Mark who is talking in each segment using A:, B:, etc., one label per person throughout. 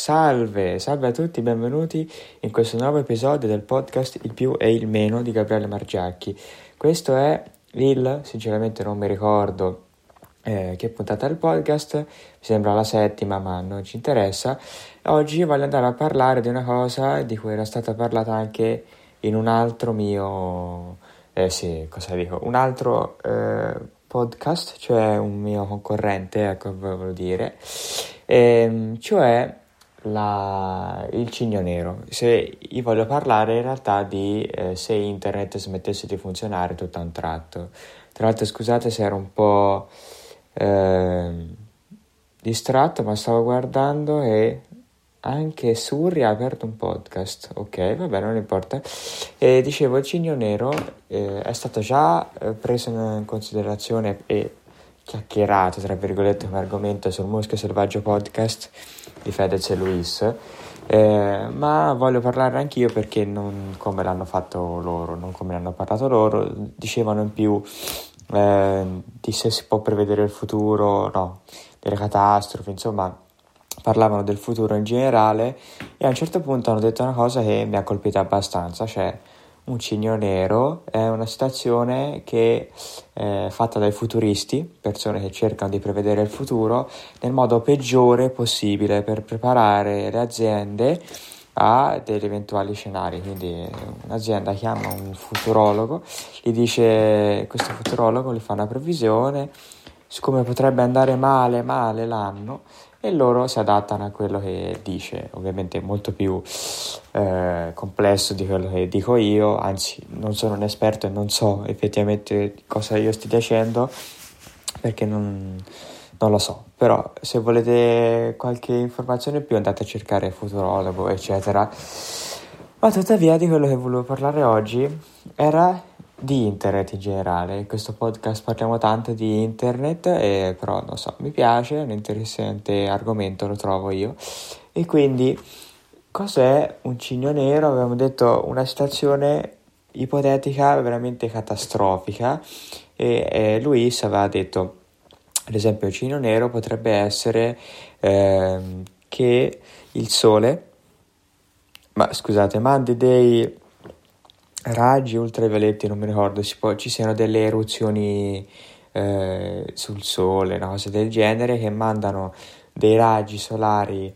A: Salve a tutti, benvenuti in questo nuovo episodio del podcast Il più e il meno di Gabriele Margiacchi. Questo è sinceramente non mi ricordo che puntata del podcast, mi sembra la 7ª, ma non ci interessa. Oggi voglio andare a parlare di una cosa di cui era stata parlata anche in un altro mio, un altro podcast, cioè un mio concorrente, ecco, volevo dire, cioè il Cigno Nero. Io voglio parlare in realtà di se internet smettesse di funzionare tutto a un tratto. Tra l'altro scusate se ero un po' distratto, ma stavo guardando e anche Surri ha aperto un podcast. Ok, vabbè, non importa. E dicevo, il Cigno Nero è stato già preso in considerazione e chiacchierato, tra virgolette, come argomento sul Muschio Selvaggio podcast di Fedez e Luis, ma voglio parlare anch'io perché non come l'hanno fatto loro, non come l'hanno parlato loro. Dicevano in più di se si può prevedere il futuro, no, delle catastrofi, insomma parlavano del futuro in generale, e a un certo punto hanno detto una cosa che mi ha colpito abbastanza, cioè un Cigno Nero è una situazione che è fatta dai futuristi, persone che cercano di prevedere il futuro nel modo peggiore possibile per preparare le aziende a degli eventuali scenari. Quindi un'azienda chiama un futurologo, gli dice, questo futurologo gli fa una previsione su come potrebbe andare male l'anno, e loro si adattano a quello che dice. Ovviamente molto più complesso di quello che dico io, anzi non sono un esperto e non so effettivamente cosa io stia dicendo perché non lo so, però se volete qualche informazione in più andate a cercare futurologo eccetera. Ma tuttavia di quello che volevo parlare oggi era di internet in generale. In questo podcast parliamo tanto di internet, però non so, mi piace, è un interessante argomento, lo trovo io. E quindi cos'è un Cigno Nero? Avevamo detto una situazione ipotetica veramente catastrofica, e Luis aveva detto, ad esempio, il Cigno Nero potrebbe essere che il sole, mandi dei raggi ultravioletti, non mi ricordo, ci siano delle eruzioni sul sole, una cosa del genere, che mandano dei raggi solari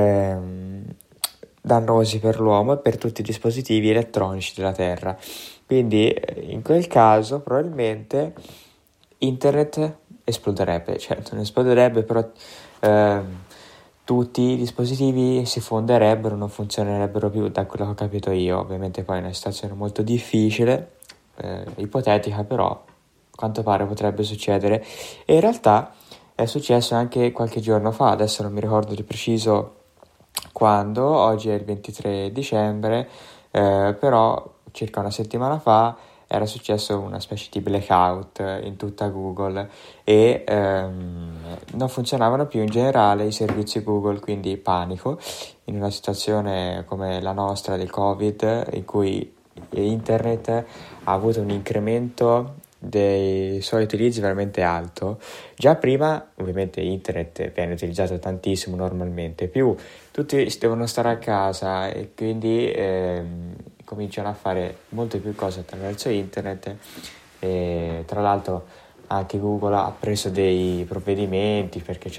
A: dannosi per l'uomo e per tutti i dispositivi elettronici della Terra. Quindi in quel caso probabilmente internet esploderebbe, cioè non esploderebbe, però tutti i dispositivi si fonderebbero, non funzionerebbero più, da quello che ho capito io. Ovviamente poi è una situazione molto difficile, ipotetica, però a quanto pare potrebbe succedere, e in realtà è successo anche qualche giorno fa, adesso non mi ricordo di preciso quando, oggi è il 23 dicembre, però circa una settimana fa era successo una specie di blackout in tutta Google, e non funzionavano più in generale i servizi Google, quindi panico in una situazione come la nostra del Covid, in cui internet ha avuto un incremento dei suoi utilizzi veramente alto. Già prima ovviamente internet viene utilizzato tantissimo normalmente, più tutti devono stare a casa e quindi cominciano a fare molte più cose attraverso internet, e tra l'altro anche Google ha preso dei provvedimenti perché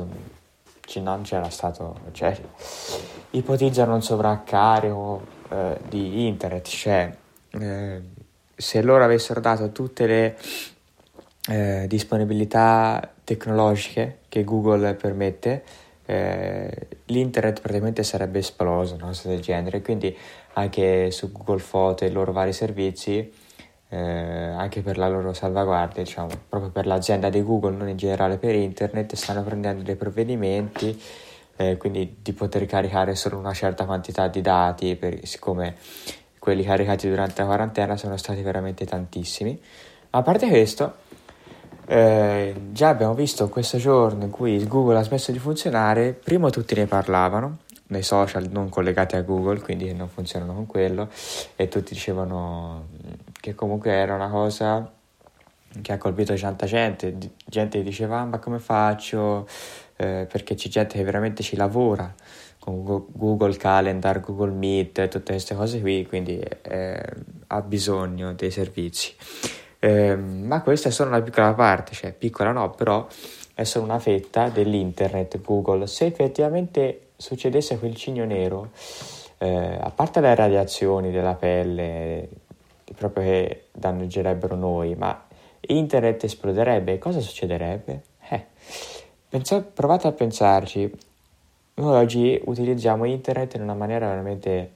A: ipotizzano un sovraccarico di internet, cioè se loro avessero dato tutte le disponibilità tecnologiche che Google permette, l'internet praticamente sarebbe esploso, una cosa del genere. Quindi anche su Google Foto e i loro vari servizi, anche per la loro salvaguardia, diciamo, proprio per l'azienda di Google, non in generale per internet, stanno prendendo dei provvedimenti, quindi di poter caricare solo una certa quantità di dati, siccome quelli caricati durante la quarantena sono stati veramente tantissimi. A parte questo, già abbiamo visto questo giorno in cui Google ha smesso di funzionare. Prima tutti ne parlavano nei social non collegati a Google, quindi che non funzionano con quello, e tutti dicevano che comunque era una cosa che ha colpito tanta gente che diceva ma come faccio, perché c'è gente che veramente ci lavora con Google Calendar, Google Meet, tutte queste cose qui, quindi ha bisogno dei servizi. Ma questa è solo una piccola parte, cioè piccola no, però è solo una fetta dell'internet Google. Se effettivamente succedesse quel cigno nero, a parte le radiazioni della pelle, proprio che danneggerebbero noi, ma internet esploderebbe, cosa succederebbe? Provate a pensarci. Noi oggi utilizziamo internet in una maniera veramente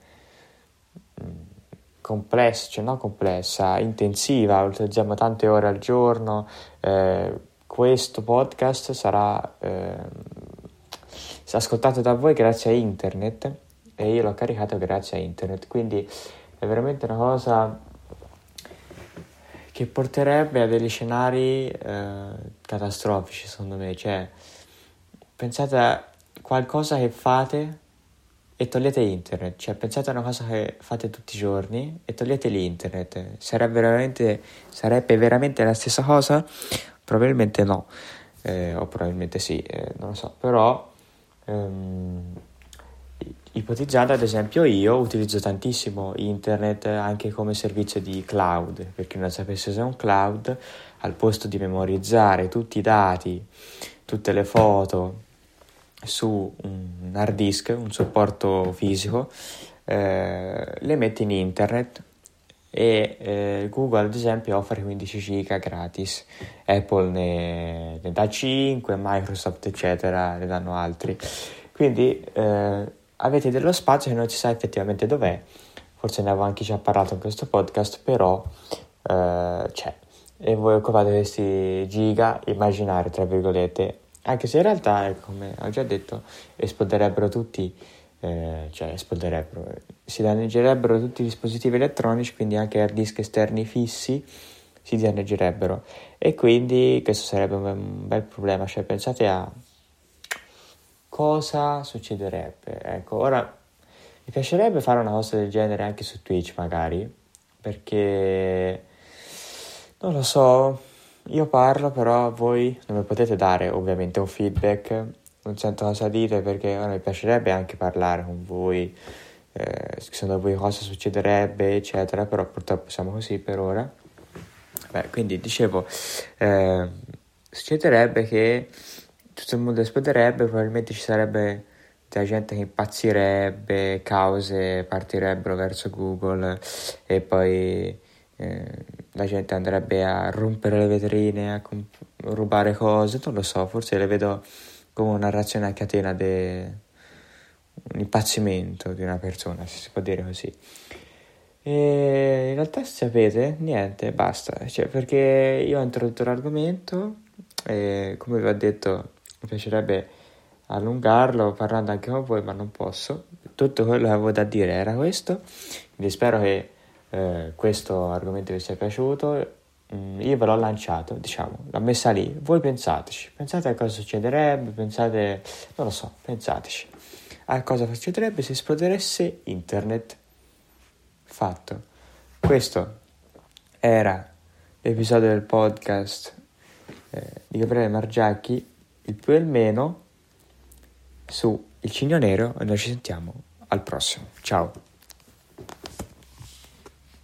A: complessa, cioè non complessa, intensiva, utilizziamo tante ore al giorno. Questo podcast sarà ascoltato da voi grazie a internet e io l'ho caricato grazie a internet, quindi è veramente una cosa che porterebbe a degli scenari catastrofici, secondo me. Cioè, pensate a qualcosa che fate e togliete internet, cioè pensate a una cosa che fate tutti i giorni e togliete l'internet, sarebbe veramente la stessa cosa? Probabilmente no, o probabilmente sì, non lo so, però ipotizzando, ad esempio, io utilizzo tantissimo internet anche come servizio di cloud. Per chi non sapesse cos'è un cloud, al posto di memorizzare tutti i dati, tutte le foto su un hard disk, un supporto fisico, le metti in internet e Google ad esempio offre 15 giga gratis, Apple ne dà 5, Microsoft eccetera ne danno altri, quindi avete dello spazio che non si sa effettivamente dov'è, forse ne avevo anche già parlato in questo podcast, però c'è, e voi occupate questi giga immaginari tra virgolette, anche se in realtà, come ho già detto, esploderebbero tutti, si danneggerebbero tutti i dispositivi elettronici, quindi anche hard disk esterni fissi si danneggerebbero, e quindi questo sarebbe un bel problema. Cioè, pensate a cosa succederebbe. Ecco, ora mi piacerebbe fare una cosa del genere anche su Twitch magari, perché non lo so, io parlo, però voi non mi potete dare ovviamente un feedback, non sento cosa dite, perché ora mi piacerebbe anche parlare con voi, secondo voi cosa succederebbe eccetera, però purtroppo siamo così per ora. Quindi dicevo, succederebbe che tutto il mondo esploderebbe, probabilmente ci sarebbe della gente che impazzirebbe, cause partirebbero verso Google e poi la gente andrebbe a rompere le vetrine, a rubare cose, non lo so, forse le vedo come una reazione a catena, un impazzimento di una persona, se si può dire così. E in realtà, se sapete, niente, basta, cioè, perché io ho introdotto l'argomento e, come vi ho detto, mi piacerebbe allungarlo parlando anche con voi, ma non posso. Tutto quello che avevo da dire era questo, quindi spero che questo argomento vi sia piaciuto. Io ve l'ho lanciato, diciamo, l'ho messa lì, voi pensateci, pensate a cosa succederebbe, pensate, non lo so, pensateci a cosa succederebbe se esplodesse internet. Fatto. Questo era l'episodio del podcast di Gabriele Margiacchi, il più e il meno, su Il Cigno Nero, e noi ci sentiamo al prossimo. Ciao.